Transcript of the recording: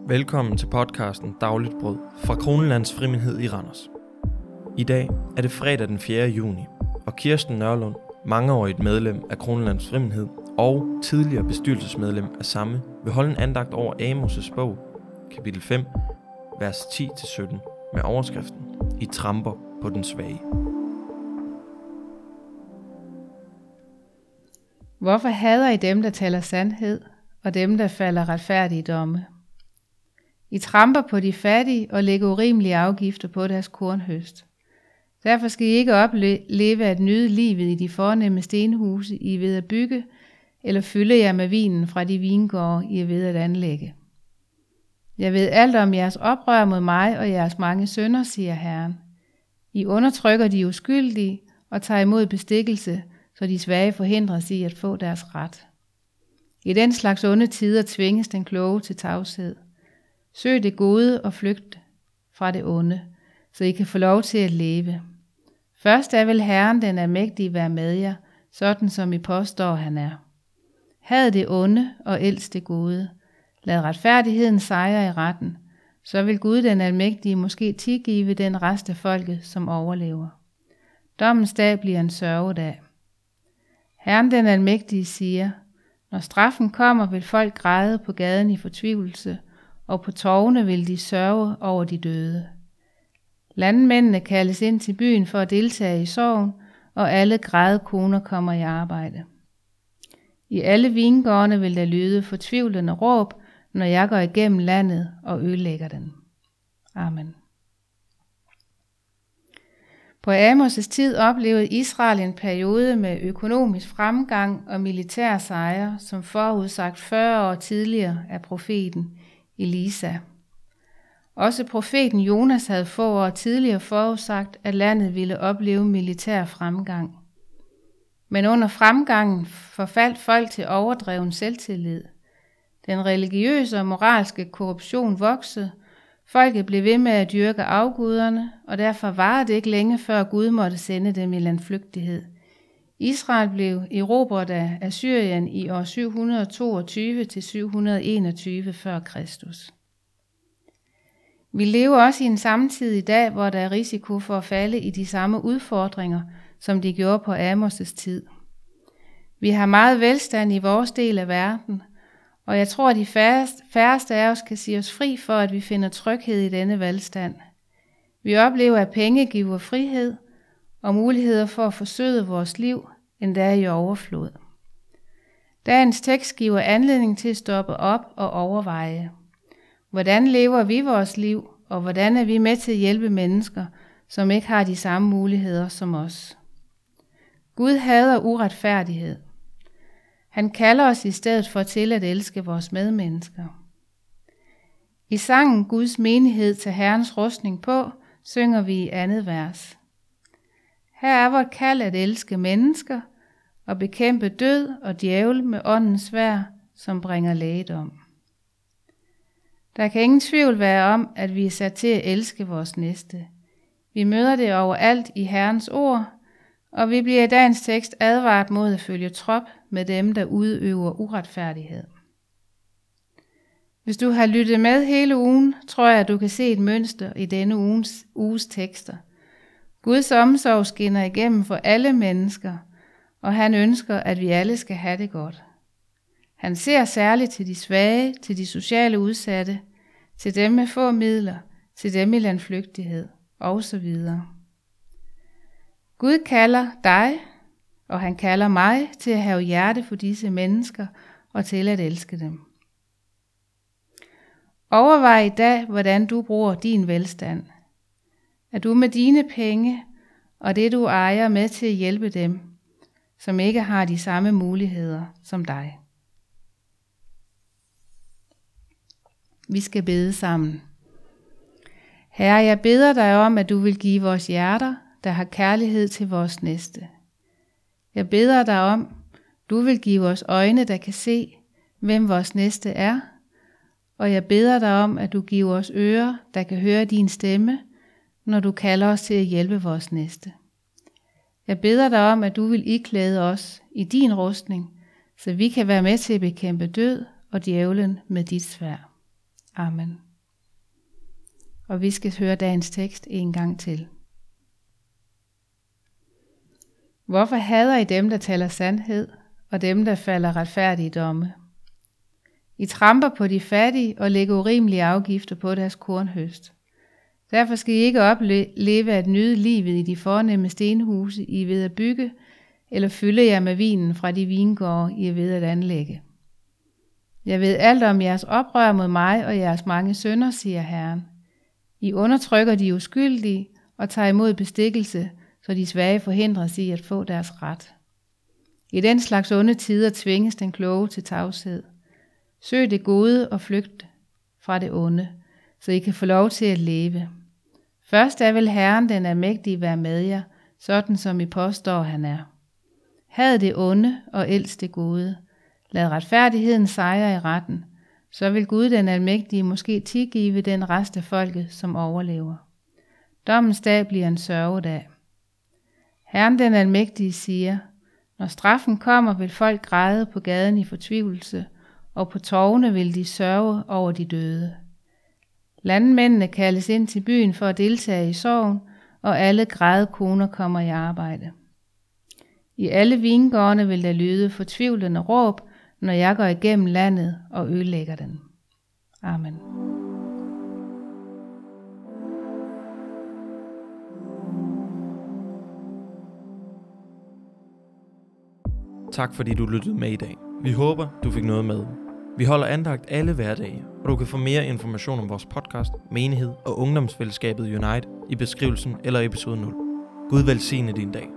Velkommen til podcasten Dagligt Brød fra Kronelands Frimenighed i Randers. I dag er det fredag den 4. juni, og Kirsten Nørlund, mangeårigt medlem af Kronelands Frimenighed og tidligere bestyrelsesmedlem af samme, vil holde en andagt over Amos' bog, kapitel 5, vers 10-17, med overskriften I tramper på den svage. Hvorfor hader I dem, der taler sandhed, og dem, der falder retfærdige domme? I tramper på de fattige og lægger urimelige afgifter på deres kornhøst. Derfor skal I ikke opleve at nyde livet i de fornemme stenhuse, I er ved at bygge, eller fylde jer med vinen fra de vingårde, I er ved at anlægge. Jeg ved alt om jeres oprør mod mig og jeres mange synder, siger Herren. I undertrykker de uskyldige og tager imod bestikkelse, så de svage forhindres i at få deres ret. I den slags onde tider tvinges den kloge til tavshed. Søg det gode og flygt fra det onde, så I kan få lov til at leve. Først er vel Herren den almægtige være med jer, sådan som I påstår han er. Had det onde og elsk det gode. Lad retfærdigheden sejre i retten, så vil Gud den almægtige måske tilgive den rest af folket, som overlever. Dommens dag bliver en sørgedag. Herren den almægtige siger, når straffen kommer, vil folk græde på gaden i fortvivlelse, og på torvene vil de sørge over de døde. Landmændene kaldes ind til byen for at deltage i sorgen, og alle grædekoner kommer i arbejde. I alle vingårdene vil der lyde fortvivlende råb, når jeg går igennem landet og ødelægger den. Amen. På Amos' tid oplevede Israel en periode med økonomisk fremgang og militær sejre, som forudsagt 40 år tidligere af profeten Elisa. Også profeten Jonas havde få år tidligere forudsagt, at landet ville opleve militær fremgang. Men under fremgangen forfaldt folk til overdreven selvtillid. Den religiøse og moralske korruption voksede. Folket blev ved med at dyrke afguderne, og derfor varede det ikke længe før Gud måtte sende dem i landflygtighed. Israel blev erobret af Assyrien i år 722-721 før Kristus. Vi lever også i en samtid i dag, hvor der er risiko for at falde i de samme udfordringer, som de gjorde på Amos' tid. Vi har meget velstand i vores del af verden, og jeg tror, at de færreste af os kan sige os fri for, at vi finder tryghed i denne velstand. Vi oplever, at penge giver frihed og muligheder for at forsøde vores liv, endda i overflod. Dagens tekst giver anledning til at stoppe op og overveje. Hvordan lever vi vores liv, og hvordan er vi med til at hjælpe mennesker, som ikke har de samme muligheder som os? Gud hader uretfærdighed. Han kalder os i stedet for til at elske vores medmennesker. I sangen Guds menighed til Herrens rustning på, synger vi i andet vers. Her er vort kald at elske mennesker og bekæmpe død og djævel med åndens sværd, som bringer lægedom. Der kan ingen tvivl være om, at vi er sat til at elske vores næste. Vi møder det overalt i Herrens ord, og vi bliver i dagens tekst advaret mod at følge trop med dem, der udøver uretfærdighed. Hvis du har lyttet med hele ugen, tror jeg, at du kan se et mønster i denne uges tekster. Guds omsorg skinner igennem for alle mennesker, og han ønsker, at vi alle skal have det godt. Han ser særligt til de svage, til de sociale udsatte, til dem med få midler, til dem i landflygtighed osv. Gud kalder dig, og han kalder mig til at have hjerte for disse mennesker og til at elske dem. Overvej i dag, hvordan du bruger din velstand. Er du med dine penge og det du ejer med til at hjælpe dem, som ikke har de samme muligheder som dig? Vi skal bede sammen. Herre, jeg beder dig om, at du vil give vores hjerter, der har kærlighed til vores næste. Jeg beder dig om, du vil give os øjne, der kan se, hvem vores næste er, og jeg beder dig om, at du giver os ører, der kan høre din stemme, når du kalder os til at hjælpe vores næste. Jeg beder dig om, at du vil iklæde os i din rustning, så vi kan være med til at bekæmpe død og djævlen med dit sværd. Amen. Og vi skal høre dagens tekst en gang til. Hvorfor hader I dem, der taler sandhed, og dem, der falder retfærdige domme? I tramper på de fattige og lægger urimelige afgifter på deres kornhøst. Derfor skal I ikke opleve at nyde livet i de fornemme stenhuse, I er ved at bygge, eller fylde jer med vinen fra de vingårde, I er ved at anlægge. Jeg ved alt om jeres oprør mod mig og jeres mange synder, siger Herren. I undertrykker de uskyldige og tager imod bestikkelse, så de svage forhindres i at få deres ret. I den slags onde tider tvinges den kloge til tavshed. Søg det gode og flygt fra det onde, så I kan få lov til at leve. Først er vel Herren den almægtige være med jer, sådan som I påstår han er. Had det onde og elsk det gode. Lad retfærdigheden sejre i retten, så vil Gud den almægtige måske tilgive den rest af folket, som overlever. Dommens dag bliver en sørgedag. Herren den almægtige siger, når straffen kommer, vil folk græde på gaden i fortvivlelse, og på torvene vil de sørge over de døde. Landmændene kaldes ind til byen for at deltage i sorgen, og alle grædekoner kommer i arbejde. I alle vingårdene vil der lyde fortvivlende råb, når jeg går igennem landet og ødelægger den. Amen. Tak fordi du lyttede med i dag. Vi håber, du fik noget med. Vi holder andagt alle hverdage, og du kan få mere information om vores podcast, menighed og ungdomsfællesskabet Unite i beskrivelsen eller episode 0. Gud velsigne din dag.